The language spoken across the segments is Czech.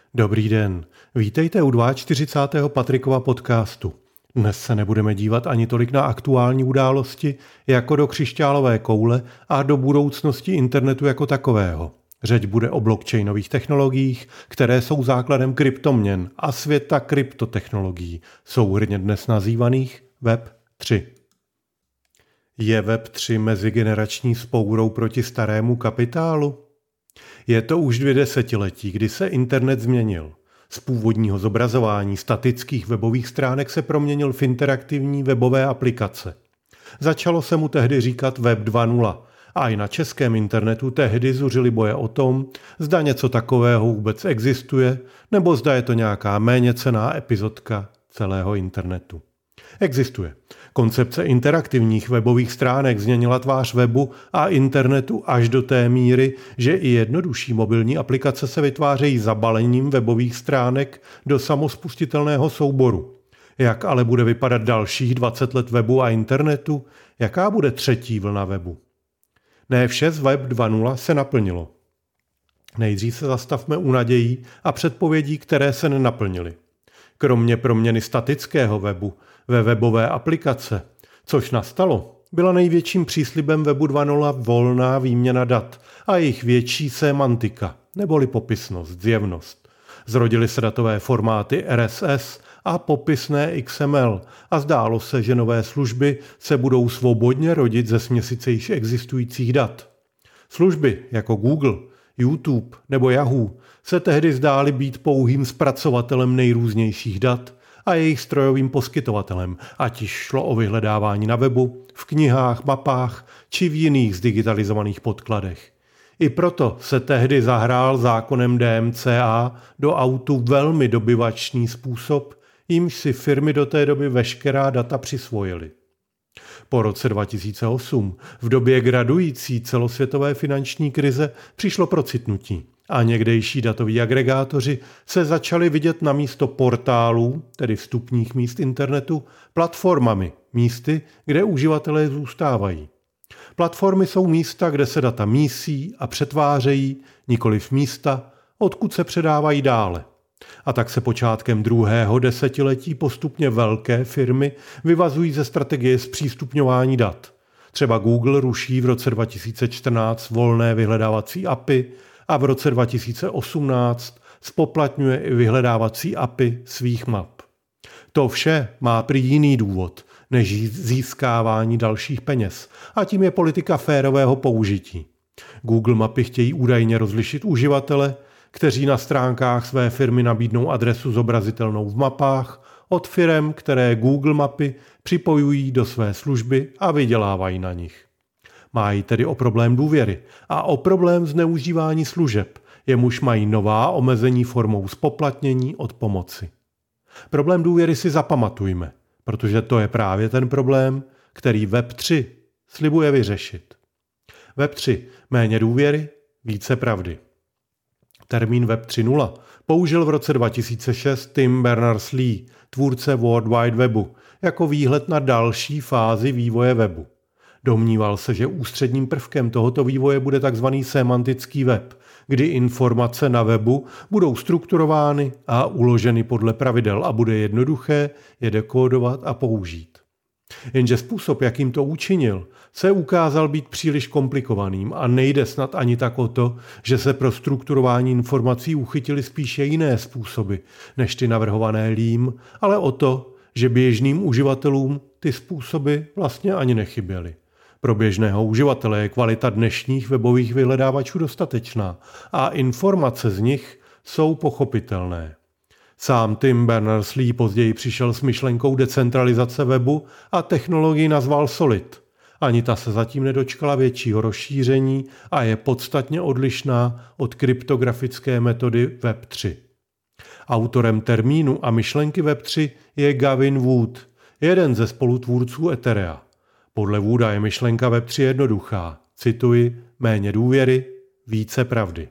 Dobrý den, vítejte u 42. Patrikova podcastu. Dnes se nebudeme dívat ani tolik na aktuální události, jako do křišťálové koule a do budoucnosti internetu jako takového. Řeč bude o blockchainových technologiích, které jsou základem kryptoměn a světa kryptotechnologií, souhrnně dnes nazývaných Web 3. Je Web 3 mezigenerační vzpourou proti starému kapitálu? Je to už 2 desetiletí, kdy se internet změnil. Z původního zobrazování statických webových stránek se proměnil v interaktivní webové aplikace. Začalo se mu tehdy říkat Web 2.0 a i na českém internetu tehdy zuřily boje o tom, zda něco takového vůbec existuje, nebo zda je to nějaká méně cenná epizodka celého internetu. Existuje. Koncepce interaktivních webových stránek změnila tvář webu a internetu až do té míry, že i jednodušší mobilní aplikace se vytvářejí zabalením webových stránek do samospustitelného souboru. Jak ale bude vypadat dalších 20 let webu a internetu? Jaká bude třetí vlna webu? Ne vše z Web 2.0 se naplnilo. Nejdřív se zastavme u nadějí a předpovědí, které se nenaplnily. Kromě proměny statického webu ve webové aplikace, což nastalo, byla největším příslibem Webu 2.0 volná výměna dat a jejich větší sémantika, neboli popisnost, zjevnost. Zrodily se datové formáty RSS a popisné XML a zdálo se, že nové služby se budou svobodně rodit ze směsice již existujících dat. Služby jako Google, YouTube nebo Yahoo se tehdy zdály být pouhým zpracovatelem nejrůznějších dat a jejich strojovým poskytovatelem, ať již šlo o vyhledávání na webu, v knihách, mapách či v jiných zdigitalizovaných podkladech. I proto se tehdy zahrál zákonem DMCA do autu velmi dobyvačný způsob, jímž si firmy do té doby veškerá data přisvojily. Po roce 2008, v době gradující celosvětové finanční krize, přišlo procitnutí a někdejší datoví agregátoři se začali vidět na místo portálů, tedy vstupních míst internetu, platformami, místy, kde uživatelé zůstávají. Platformy jsou místa, kde se data mísí a přetvářejí, nikoliv místa, odkud se předávají dále. A tak se počátkem 2. desetiletí postupně velké firmy vyvazují ze strategie zpřístupňování dat. Třeba Google ruší v roce 2014 volné vyhledávací API a v roce 2018 spoplatňuje i vyhledávací API svých map. To vše má prý jiný důvod než získávání dalších peněz a tím je politika férového použití. Google mapy chtějí údajně rozlišit uživatele, kteří na stránkách své firmy nabídnou adresu zobrazitelnou v mapách, od firem, které Google mapy připojují do své služby a vydělávají na nich. Mají tedy o problém důvěry a o problém zneužívání služeb, jemuž mají nová omezení formou zpoplatnění od pomoci. Problém důvěry si zapamatujme, protože to je právě ten problém, který Web 3 slibuje vyřešit. Web 3 méně důvěry, více pravdy. Termín Web 3.0 použil v roce 2006 Tim Berners-Lee, tvůrce World Wide Webu, jako výhled na další fázi vývoje webu. Domníval se, že ústředním prvkem tohoto vývoje bude tzv. Semantický web, kdy informace na webu budou strukturovány a uloženy podle pravidel a bude jednoduché je dekódovat a použít. Jenže způsob, jakým to učinil, se ukázal být příliš komplikovaným a nejde snad ani tak o to, že se pro strukturování informací uchytily spíše jiné způsoby než ty navrhované Leem, ale o to, že běžným uživatelům ty způsoby vlastně ani nechyběly. Pro běžného uživatele je kvalita dnešních webových vyhledávačů dostatečná a informace z nich jsou pochopitelné. Sám Tim Berners-Lee později přišel s myšlenkou decentralizace webu a technologii nazval Solid. Ani ta se zatím nedočkala většího rozšíření a je podstatně odlišná od kryptografické metody Web 3. Autorem termínu a myšlenky Web 3 je Gavin Wood, jeden ze spolutvůrců Etherea. Podle Wooda je myšlenka Web 3 jednoduchá. Cituji, méně důvěry, více pravdy.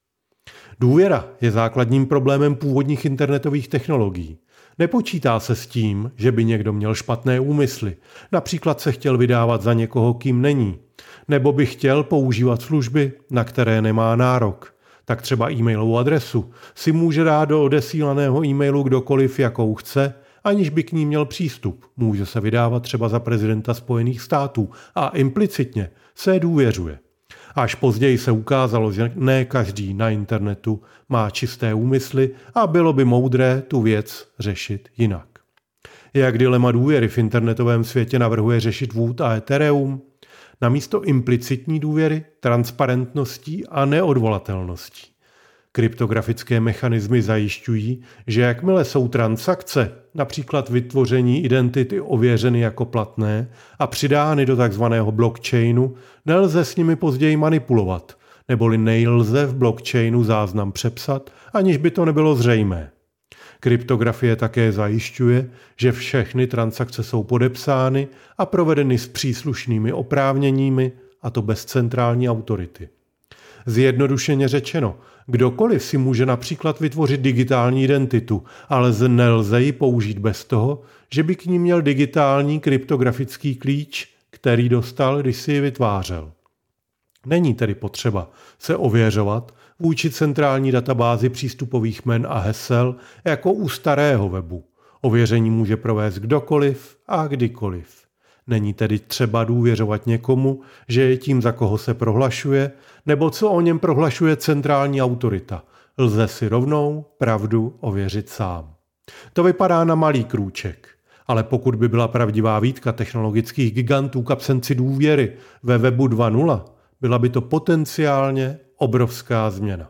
Důvěra je základním problémem původních internetových technologií. Nepočítá se s tím, že by někdo měl špatné úmysly, například se chtěl vydávat za někoho, kým není, nebo by chtěl používat služby, na které nemá nárok. Tak třeba e-mailovou adresu si může dát do odesílaného e-mailu kdokoliv, jakou chce, aniž by k ní měl přístup. Může se vydávat třeba za prezidenta Spojených států a implicitně se důvěřuje. Až později se ukázalo, že ne každý na internetu má čisté úmysly a bylo by moudré tu věc řešit jinak. Jak dilema důvěry v internetovém světě navrhuje řešit Wood a Ethereum? Namísto implicitní důvěry, transparentností a neodvolatelností. Kryptografické mechanismy zajišťují, že jakmile jsou transakce, například vytvoření identity ověřeny jako platné a přidány do tzv. Blockchainu, nelze s nimi později manipulovat, neboli nelze v blockchainu záznam přepsat, aniž by to nebylo zřejmé. Kryptografie také zajišťuje, že všechny transakce jsou podepsány a provedeny s příslušnými oprávněními, a to bez centrální autority. Zjednodušeně řečeno, kdokoliv si může například vytvořit digitální identitu, ale nelze ji použít bez toho, že by k ní měl digitální kryptografický klíč, který dostal, když si ji vytvářel. Není tedy potřeba se ověřovat vůči centrální databázi přístupových jmen a hesel jako u starého webu. Ověření může provést kdokoliv a kdykoliv. Není tedy třeba důvěřovat někomu, že je tím, za koho se prohlašuje, nebo co o něm prohlašuje centrální autorita. Lze si rovnou pravdu ověřit sám. To vypadá na malý krůček. Ale pokud by byla pravdivá výtka technologických gigantů k absenci důvěry ve webu 2.0, byla by to potenciálně obrovská změna.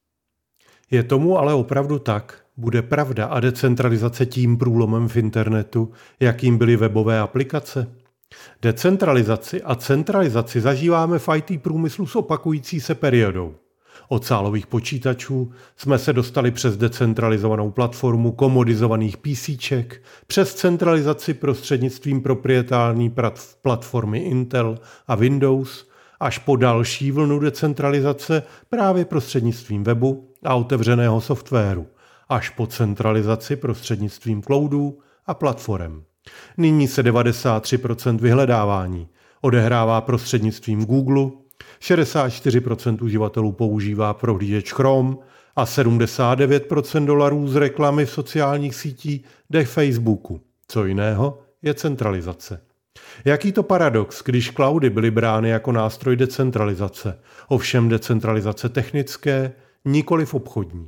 Je tomu ale opravdu tak? Bude pravda a decentralizace tím průlomem v internetu, jakým byly webové aplikace? Decentralizaci a centralizaci zažíváme v IT průmyslu s opakující se periodou. Od sálových počítačů jsme se dostali přes decentralizovanou platformu komodizovaných PCček, přes centralizaci prostřednictvím proprietární platformy Intel a Windows, až po další vlnu decentralizace právě prostřednictvím webu a otevřeného softwaru, až po centralizaci prostřednictvím cloudů a platform. Nyní se 93% vyhledávání odehrává prostřednictvím Google, 64% uživatelů používá prohlížeč Chrome a 79% dolarů z reklamy v sociálních sítích jde Facebooku. Co jiného je centralizace. Jaký to paradox, když cloudy byly brány jako nástroj decentralizace, ovšem decentralizace technické, nikoliv obchodní.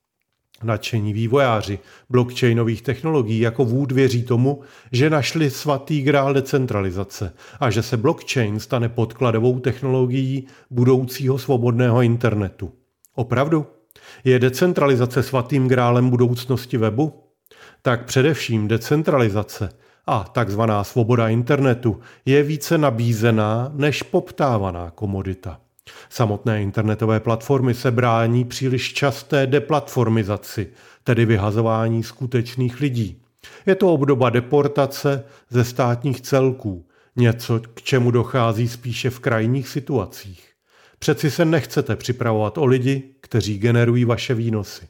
Nadšení vývojáři blockchainových technologií jako Wood věří tomu, že našli svatý grál decentralizace a že se blockchain stane podkladovou technologií budoucího svobodného internetu. Opravdu? Je decentralizace svatým grálem budoucnosti webu? Tak především decentralizace a takzvaná svoboda internetu je více nabízená než poptávaná komodita. Samotné internetové platformy se brání příliš časté deplatformizaci, tedy vyhazování skutečných lidí. Je to obdoba deportace ze státních celků, něco, k čemu dochází spíše v krajních situacích. Přeci se nechcete připravovat o lidi, kteří generují vaše výnosy.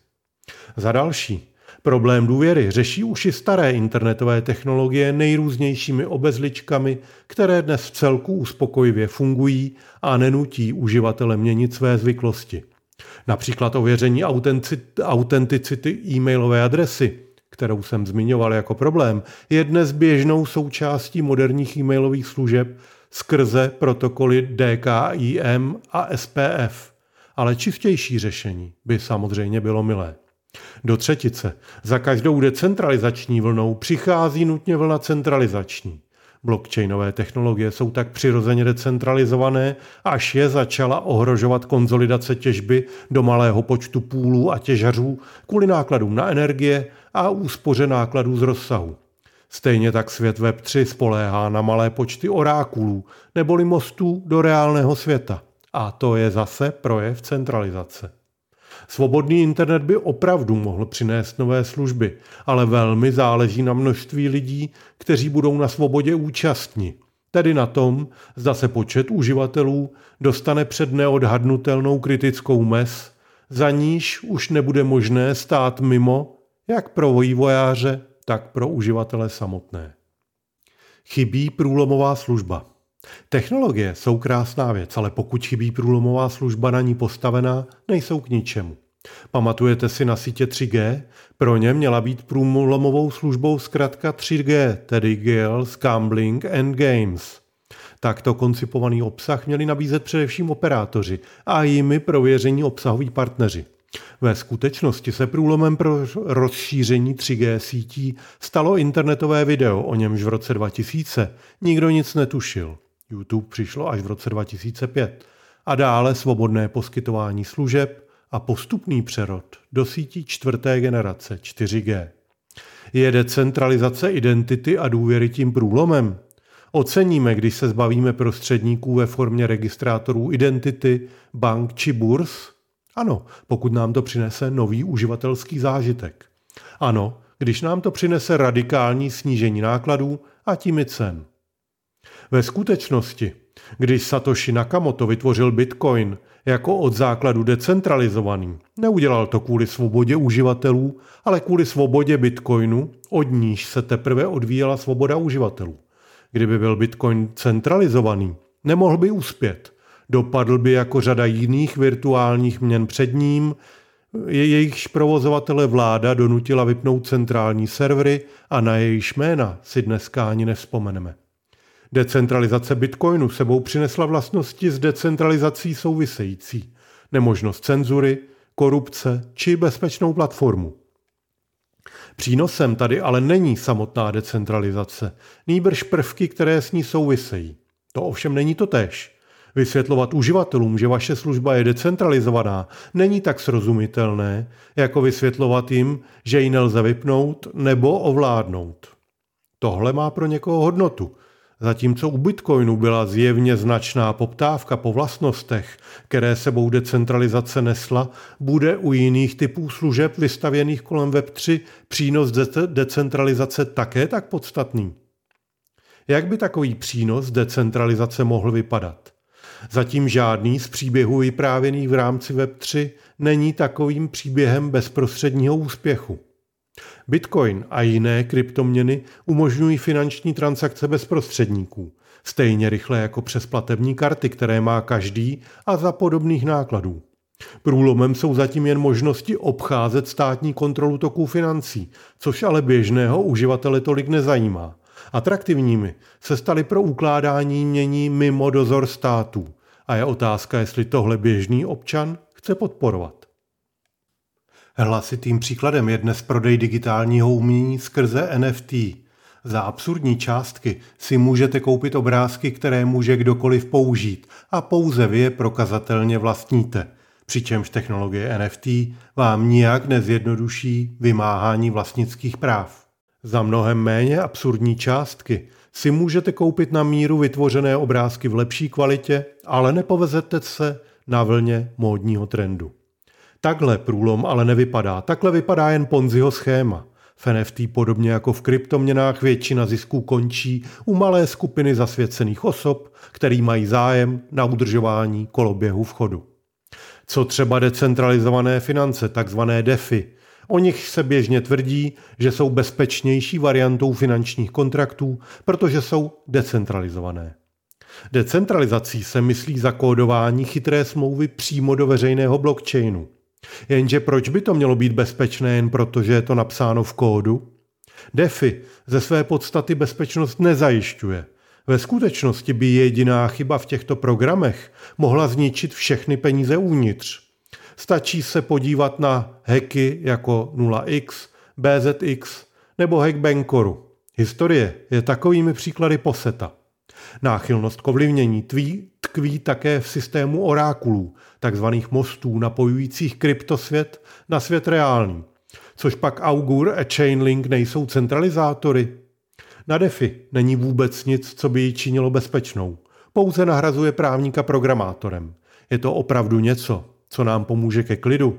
Za další, problém důvěry řeší už i staré internetové technologie nejrůznějšími obezličkami, které dnes v celku uspokojivě fungují a nenutí uživatele měnit své zvyklosti. Například ověření autenticity e-mailové adresy, kterou jsem zmiňoval jako problém, je dnes běžnou součástí moderních e-mailových služeb skrze protokoly DKIM a SPF. Ale čistější řešení by samozřejmě bylo milé. Do třetice, za každou decentralizační vlnou přichází nutně vlna centralizační. Blockchainové technologie jsou tak přirozeně decentralizované, až je začala ohrožovat konsolidace těžby do malého počtu půlů a těžařů kvůli nákladům na energie a úspoře nákladů z rozsahu. Stejně tak svět Web3 spoléhá na malé počty orákulů neboli mostů do reálného světa. A to je zase projev centralizace. Svobodný internet by opravdu mohl přinést nové služby, ale velmi záleží na množství lidí, kteří budou na svobodě účastni. Tedy na tom, zda se počet uživatelů dostane před neodhadnutelnou kritickou mez, za níž už nebude možné stát mimo, jak pro vývojáře, tak pro uživatele samotné. Chybí průlomová služba. Technologie jsou krásná věc, ale pokud chybí průlomová služba na ní postavená, nejsou k ničemu. Pamatujete si na sítě 3G? Pro ně měla být průlomovou službou zkratka 3G, tedy Girls, Gambling and Games. Takto koncipovaný obsah měli nabízet především operátoři a jimi prověření obsahoví partneři. Ve skutečnosti se průlomem pro rozšíření 3G sítí stalo internetové video, o němž v roce 2000 nikdo nic netušil. YouTube přišlo až v roce 2005 a dále svobodné poskytování služeb a postupný přerod do sítí 4. generace 4G. Je decentralizace identity a důvěry tím průlomem? Oceníme, když se zbavíme prostředníků ve formě registrátorů identity, bank či burz? Ano, pokud nám to přinese nový uživatelský zážitek. Ano, když nám to přinese radikální snížení nákladů a tím i cen. Ve skutečnosti, když Satoshi Nakamoto vytvořil Bitcoin jako od základu decentralizovaný, neudělal to kvůli svobodě uživatelů, ale kvůli svobodě Bitcoinu, od níž se teprve odvíjela svoboda uživatelů. Kdyby byl Bitcoin centralizovaný, nemohl by uspět. Dopadl by jako řada jiných virtuálních měn před ním, jejichž provozovatele vláda donutila vypnout centrální servery a na jejich jména si dneska ani nevzpomeneme. Decentralizace Bitcoinu sebou přinesla vlastnosti s decentralizací související, nemožnost cenzury, korupce či bezpečnou platformu. Přínosem tady ale není samotná decentralizace, nýbrž prvky, které s ní souvisejí. To ovšem není totéž. Vysvětlovat uživatelům, že vaše služba je decentralizovaná, není tak srozumitelné, jako vysvětlovat jim, že ji nelze vypnout nebo ovládnout. Tohle má pro někoho hodnotu. Zatímco u Bitcoinu byla zjevně značná poptávka po vlastnostech, které sebou decentralizace nesla, bude u jiných typů služeb vystavěných kolem Web3 přínos decentralizace také tak podstatný. Jak by takový přínos decentralizace mohl vypadat? Zatím žádný z příběhů vyprávěných v rámci Web3 není takovým příběhem bezprostředního úspěchu. Bitcoin a jiné kryptoměny umožňují finanční transakce bez prostředníků, stejně rychle jako přes platební karty, které má každý a za podobných nákladů. Průlomem jsou zatím jen možnosti obcházet státní kontrolu toků financí, což ale běžného uživatele tolik nezajímá. Atraktivními se staly pro ukládání jmění mimo dozor států a je otázka, jestli tohle běžný občan chce podporovat. Hlasitým příkladem je dnes prodej digitálního umění skrze NFT. Za absurdní částky si můžete koupit obrázky, které může kdokoliv použít a pouze vy je prokazatelně vlastníte, přičemž technologie NFT vám nijak nezjednoduší vymáhání vlastnických práv. Za mnohem méně absurdní částky si můžete koupit na míru vytvořené obrázky v lepší kvalitě, ale nepovezete se na vlně módního trendu. Takhle průlom ale nevypadá. Takhle vypadá jen Ponziho schéma. V NFT podobně jako v kryptoměnách většina zisků končí u malé skupiny zasvěcených osob, který mají zájem na udržování koloběhu v chodu. Co třeba decentralizované finance, takzvané DeFi. O nich se běžně tvrdí, že jsou bezpečnější variantou finančních kontraktů, protože jsou decentralizované. Decentralizací se myslí zakódování chytré smlouvy přímo do veřejného blockchainu. Jenže proč by to mělo být bezpečné jen proto, že je to napsáno v kódu? DeFi ze své podstaty bezpečnost nezajišťuje. Ve skutečnosti by jediná chyba v těchto programech mohla zničit všechny peníze uvnitř. Stačí se podívat na hacky jako 0x, BZX nebo hack Bankoru. Historie je takovými příklady poseta. Náchylnost k ovlivnění tkví také v systému orákulů, takzvaných mostů napojujících kryptosvět na svět reálný, což pak Augur a Chainlink nejsou centralizátory. Na DeFi není vůbec nic, co by ji činilo bezpečnou. Pouze nahrazuje právníka programátorem. Je to opravdu něco, co nám pomůže ke klidu.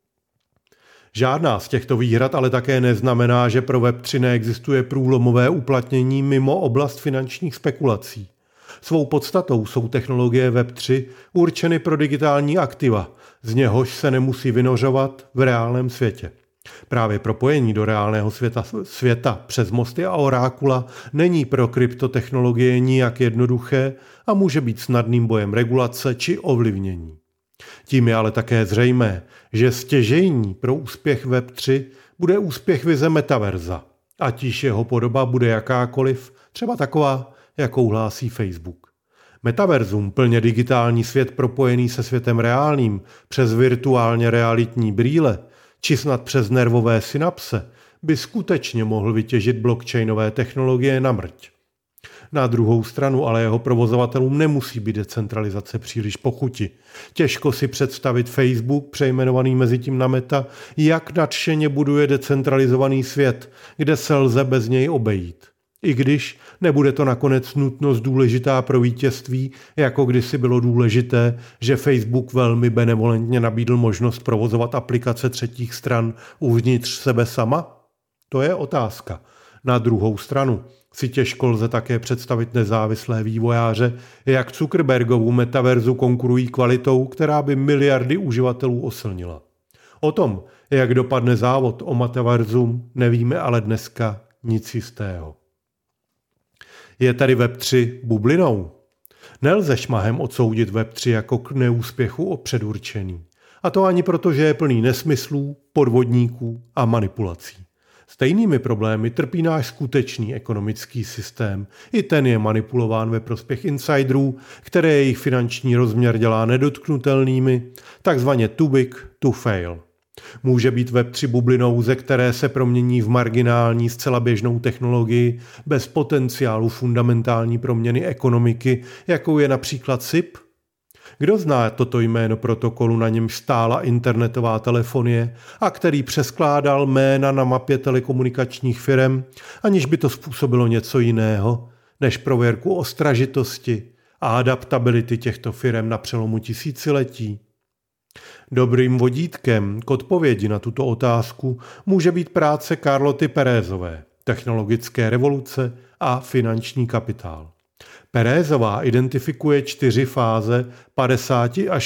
Žádná z těchto výhrad ale také neznamená, že pro Web3 neexistuje průlomové uplatnění mimo oblast finančních spekulací. Svou podstatou jsou technologie Web3 určeny pro digitální aktiva, z něhož se nemusí vynořovat v reálném světě. Právě propojení do reálného světa přes mosty a orákula není pro kryptotechnologie nijak jednoduché a může být snadným bojem regulace či ovlivnění. Tím je ale také zřejmé, že stěžejní pro úspěch Web3 bude úspěch vize metaverza, ať již jeho podoba bude jakákoliv, třeba taková, jakou hlásí Facebook. Metaverzum, plně digitální svět propojený se světem reálným přes virtuálně realitní brýle, či snad přes nervové synapse, by skutečně mohl vytěžit blockchainové technologie na mrť. Na druhou stranu ale jeho provozovatelům nemusí být decentralizace příliš po chuti. Těžko si představit Facebook, přejmenovaný mezitím na Meta, jak nadšeně buduje decentralizovaný svět, kde se lze bez něj obejít. I když nebude to nakonec nutnost důležitá pro vítězství, jako kdysi bylo důležité, že Facebook velmi benevolentně nabídl možnost provozovat aplikace třetích stran uvnitř sebe sama? To je otázka. Na druhou stranu si těžko lze také představit nezávislé vývojáře, jak Zuckerbergovu metaverzu konkurují kvalitou, která by miliardy uživatelů oslnila. O tom, jak dopadne závod o metaverzum, nevíme ale dneska nic jistého. Je tady Web3 bublinou? Nelze šmahem odsoudit Web3 jako k neúspěchu předurčený. A to ani proto, že je plný nesmyslů, podvodníků a manipulací. Stejnými problémy trpí náš skutečný ekonomický systém. I ten je manipulován ve prospěch insiderů, které jejich finanční rozměr dělá nedotknutelnými, takzvaně too big to fail. Může být Web3 bublinou, ze které se promění v marginální, zcela běžnou technologii bez potenciálu fundamentální proměny ekonomiky, jakou je například SIP? Kdo zná toto jméno protokolu, na němž stála internetová telefonie a který přeskládal jména na mapě telekomunikačních firem, aniž by to způsobilo něco jiného, než prověrku ostražitosti a adaptability těchto firem na přelomu tisíciletí? Dobrým vodítkem k odpovědi na tuto otázku může být práce Carloty Perezové, Technologické revoluce a finanční kapitál. Perezová identifikuje 4 fáze 50 až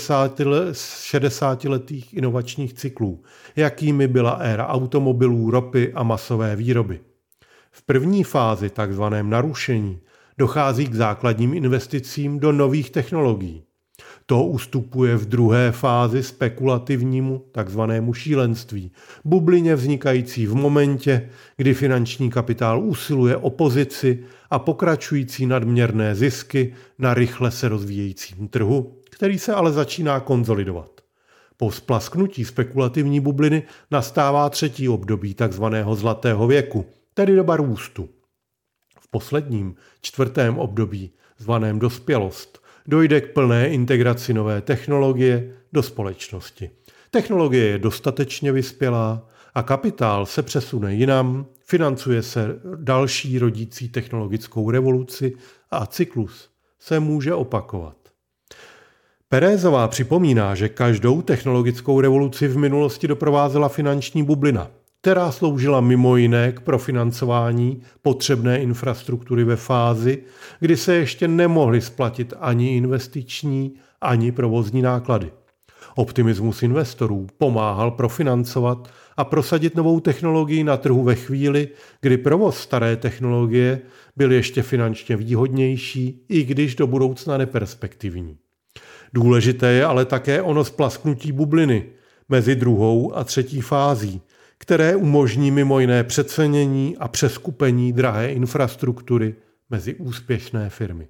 60 letých inovačních cyklů, jakými byla éra automobilů, ropy a masové výroby. V první fázi, takzvaném narušení, dochází k základním investicím do nových technologií. To ustupuje v druhé fázi spekulativnímu, takzvanému šílenství, bublině vznikající v momentě, kdy finanční kapitál usiluje o pozici a pokračující nadměrné zisky na rychle se rozvíjejícím trhu, který se ale začíná konsolidovat. Po splasknutí spekulativní bubliny nastává třetí období takzvaného zlatého věku, tedy doba růstu. V posledním, čtvrtém období, zvaném dospělost, dojde k plné integraci nové technologie do společnosti. Technologie je dostatečně vyspělá a kapitál se přesune jinam, financuje se další rodící technologickou revoluci a cyklus se může opakovat. Perezová připomíná, že každou technologickou revoluci v minulosti doprovázela finanční bublina, která sloužila mimo jiné k profinancování potřebné infrastruktury ve fázi, kdy se ještě nemohly splatit ani investiční, ani provozní náklady. Optimismus investorů pomáhal profinancovat a prosadit novou technologii na trhu ve chvíli, kdy provoz staré technologie byl ještě finančně výhodnější, i když do budoucna neperspektivní. Důležité je ale také ono splasknutí bubliny mezi druhou a třetí fází, které umožní mimo jiné přecenění a přeskupení drahé infrastruktury mezi úspěšné firmy.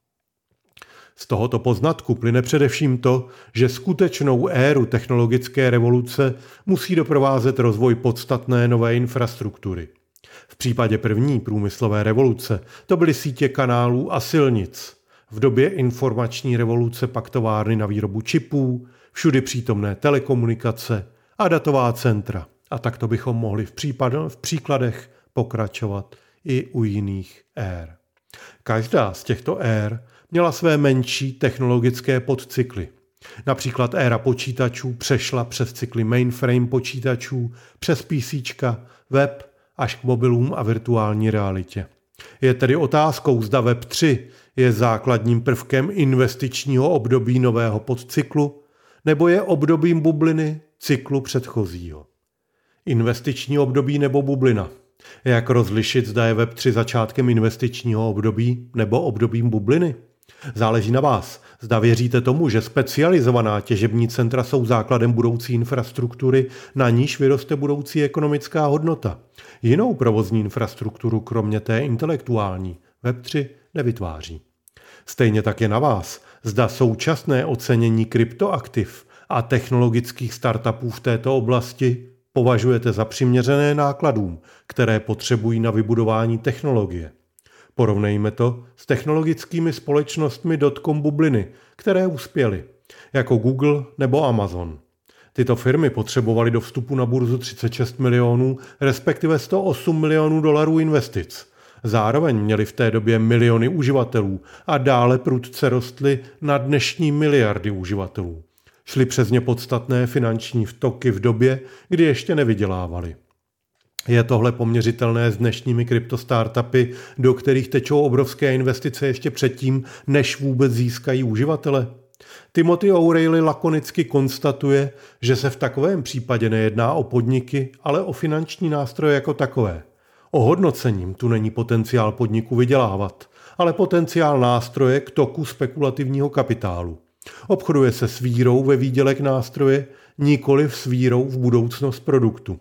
Z tohoto poznatku plyne především to, že skutečnou éru technologické revoluce musí doprovázet rozvoj podstatné nové infrastruktury. V případě první průmyslové revoluce to byly sítě kanálů a silnic. V době informační revoluce pak továrny na výrobu čipů, všudy přítomné telekomunikace a datová centra. A takto bychom mohli v příkladech pokračovat i u jiných ér. Každá z těchto ér měla své menší technologické podcykly. Například éra počítačů přešla přes cykly mainframe počítačů, přes PCčka, web až k mobilům a virtuální realitě. Je tedy otázkou, zda Web3 je základním prvkem investičního období nového podcyklu, nebo je obdobím bubliny cyklu předchozího. Investiční období nebo bublina. Jak rozlišit, zda je Web3 začátkem investičního období nebo obdobím bubliny? Záleží na vás. Zda věříte tomu, že specializovaná těžební centra jsou základem budoucí infrastruktury, na níž vyroste budoucí ekonomická hodnota. Jinou provozní infrastrukturu, kromě té intelektuální, Web3 nevytváří. Stejně tak je na vás, zda současné ocenění kryptoaktiv a technologických startupů v této oblasti považujete za přiměřené nákladům, které potřebují na vybudování technologie. Porovnejme to s technologickými společnostmi dotcom bubliny, které uspěly, jako Google nebo Amazon. Tyto firmy potřebovaly do vstupu na burzu 36 milionů, respektive 108 milionů dolarů investic. Zároveň měli v té době miliony uživatelů a dále prudce rostly na dnešní miliardy uživatelů. Šly přes ně podstatné finanční toky v době, kdy ještě nevydělávali. Je tohle poměřitelné s dnešními kryptostartupy, do kterých tečou obrovské investice ještě předtím, než vůbec získají uživatele? Timothy O'Reilly lakonicky konstatuje, že se v takovém případě nejedná o podniky, ale o finanční nástroje jako takové. Ohodnocením tu není potenciál podniku vydělávat, ale potenciál nástroje k toku spekulativního kapitálu. Obchoduje se s vírou ve výdělek nástroje, nikoliv s vírou v budoucnost produktu.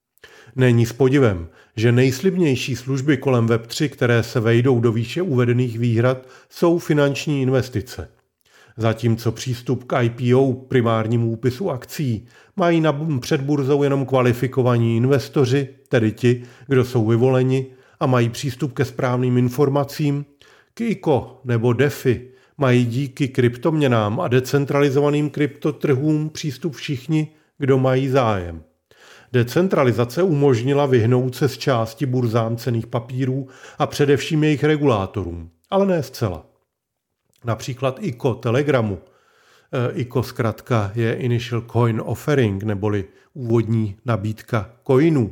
Není s podivem, že nejslibnější služby kolem Web3, které se vejdou do výše uvedených výhrad, jsou finanční investice. Zatímco přístup k IPO, primárnímu úpisu akcí, mají před burzou jenom kvalifikovaní investoři, tedy ti, kdo jsou vyvoleni a mají přístup ke správným informacím, k ICO nebo DeFi mají díky kryptoměnám a decentralizovaným kryptotrhům přístup všichni, kdo mají zájem. Decentralizace umožnila vyhnout se z části burzám cenných papírů a především jejich regulátorům, ale ne zcela. Například ICO Telegramu. ICO zkratka je Initial Coin Offering, neboli úvodní nabídka coinů.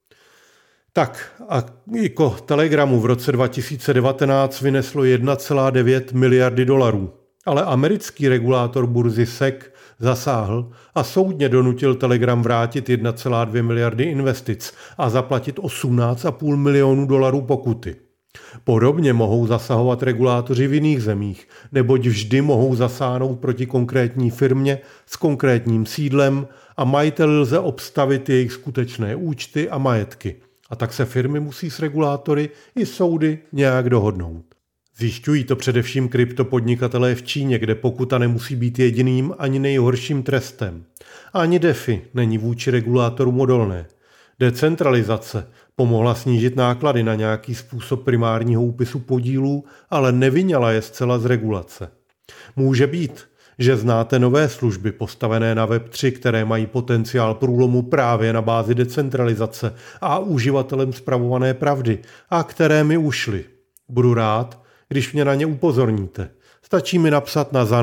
Tak a ICO Telegramu v roce 2019 vyneslo 1,9 miliardy dolarů, ale americký regulátor burzy SEC zasáhl a soudně donutil Telegram vrátit 1,2 miliardy investic a zaplatit 18,5 milionů dolarů pokuty. Podobně mohou zasahovat regulátoři v jiných zemích, neboť vždy mohou zasáhnout proti konkrétní firmě s konkrétním sídlem a majiteli lze obstavit jejich skutečné účty a majetky. A tak se firmy musí s regulátory i soudy nějak dohodnout. Zjišťují to především kryptopodnikatelé v Číně, kde pokuta nemusí být jediným ani nejhorším trestem. Ani DeFi není vůči regulátorům odolné. Decentralizace pomohla snížit náklady na nějaký způsob primárního úpisu podílů, ale nevyňala je zcela z regulace. Může být, že znáte nové služby postavené na Web3, které mají potenciál průlomu právě na bázi decentralizace a uživatelem spravované pravdy, a které mi ušly. Budu rád, když mě na ně upozorníte. Stačí mi napsat na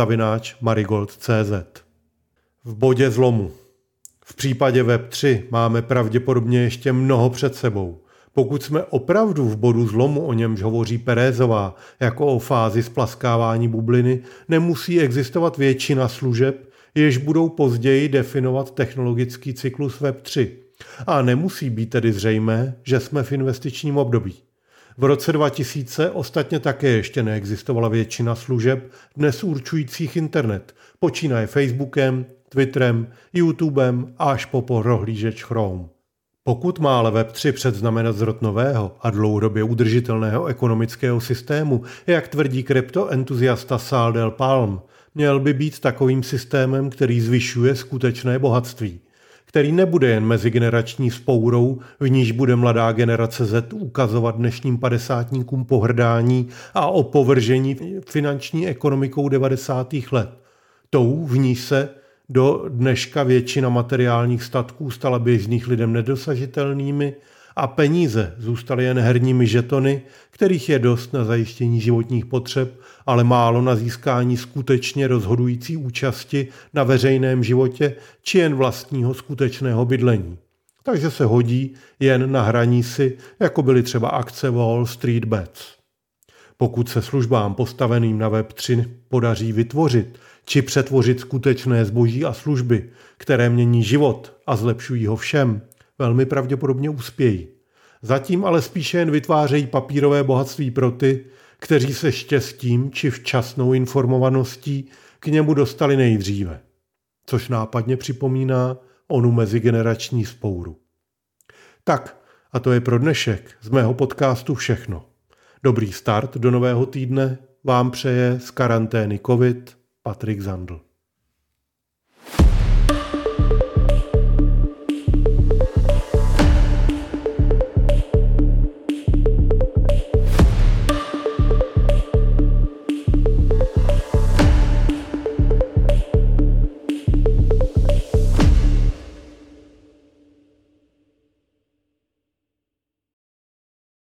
zandl@marigold.cz. V bodě zlomu. V případě Web3 máme pravděpodobně ještě mnoho před sebou. Pokud jsme opravdu v bodu zlomu, o němž hovoří Perezová jako o fázi splaskávání bubliny, nemusí existovat většina služeb, jež budou později definovat technologický cyklus Web3. A nemusí být tedy zřejmé, že jsme v investičním období. V roce 2000 ostatně také ještě neexistovala většina služeb dnes určujících internet, počínaje Facebookem, Twitterem, YouTubem až po prohlížeč Chrome. Pokud má ale Web3 předznamenat zrod nového a dlouhodobě udržitelného ekonomického systému, jak tvrdí kryptoentuziasta Sal Del Palm, měl by být takovým systémem, který zvyšuje skutečné bohatství, který nebude jen mezigenerační vzpourou, v níž bude mladá generace Z ukazovat dnešním padesátníkům pohrdání a opovržení finanční ekonomikou 90. let. Tou, v níž se do dneška většina materiálních statků stala běžných lidem nedosažitelnými a peníze zůstaly jen herními žetony, kterých je dost na zajištění životních potřeb, ale málo na získání skutečně rozhodující účasti na veřejném životě či jen vlastního skutečného bydlení. Takže se hodí jen na hraní si, jako byly třeba akce Wall Street Bets. Pokud se službám postaveným na Web3 podaří vytvořit či přetvořit skutečné zboží a služby, které mění život a zlepšují ho všem, velmi pravděpodobně uspějí. Zatím ale spíše jen vytvářejí papírové bohatství pro ty, kteří se štěstím či včasnou informovaností k němu dostali nejdříve. Což nápadně připomíná onu mezigenerační vzpouru. Tak, a to je pro dnešek z mého podcastu všechno. Dobrý start do nového týdne vám přeje z karantény COVID Patrik Zandl.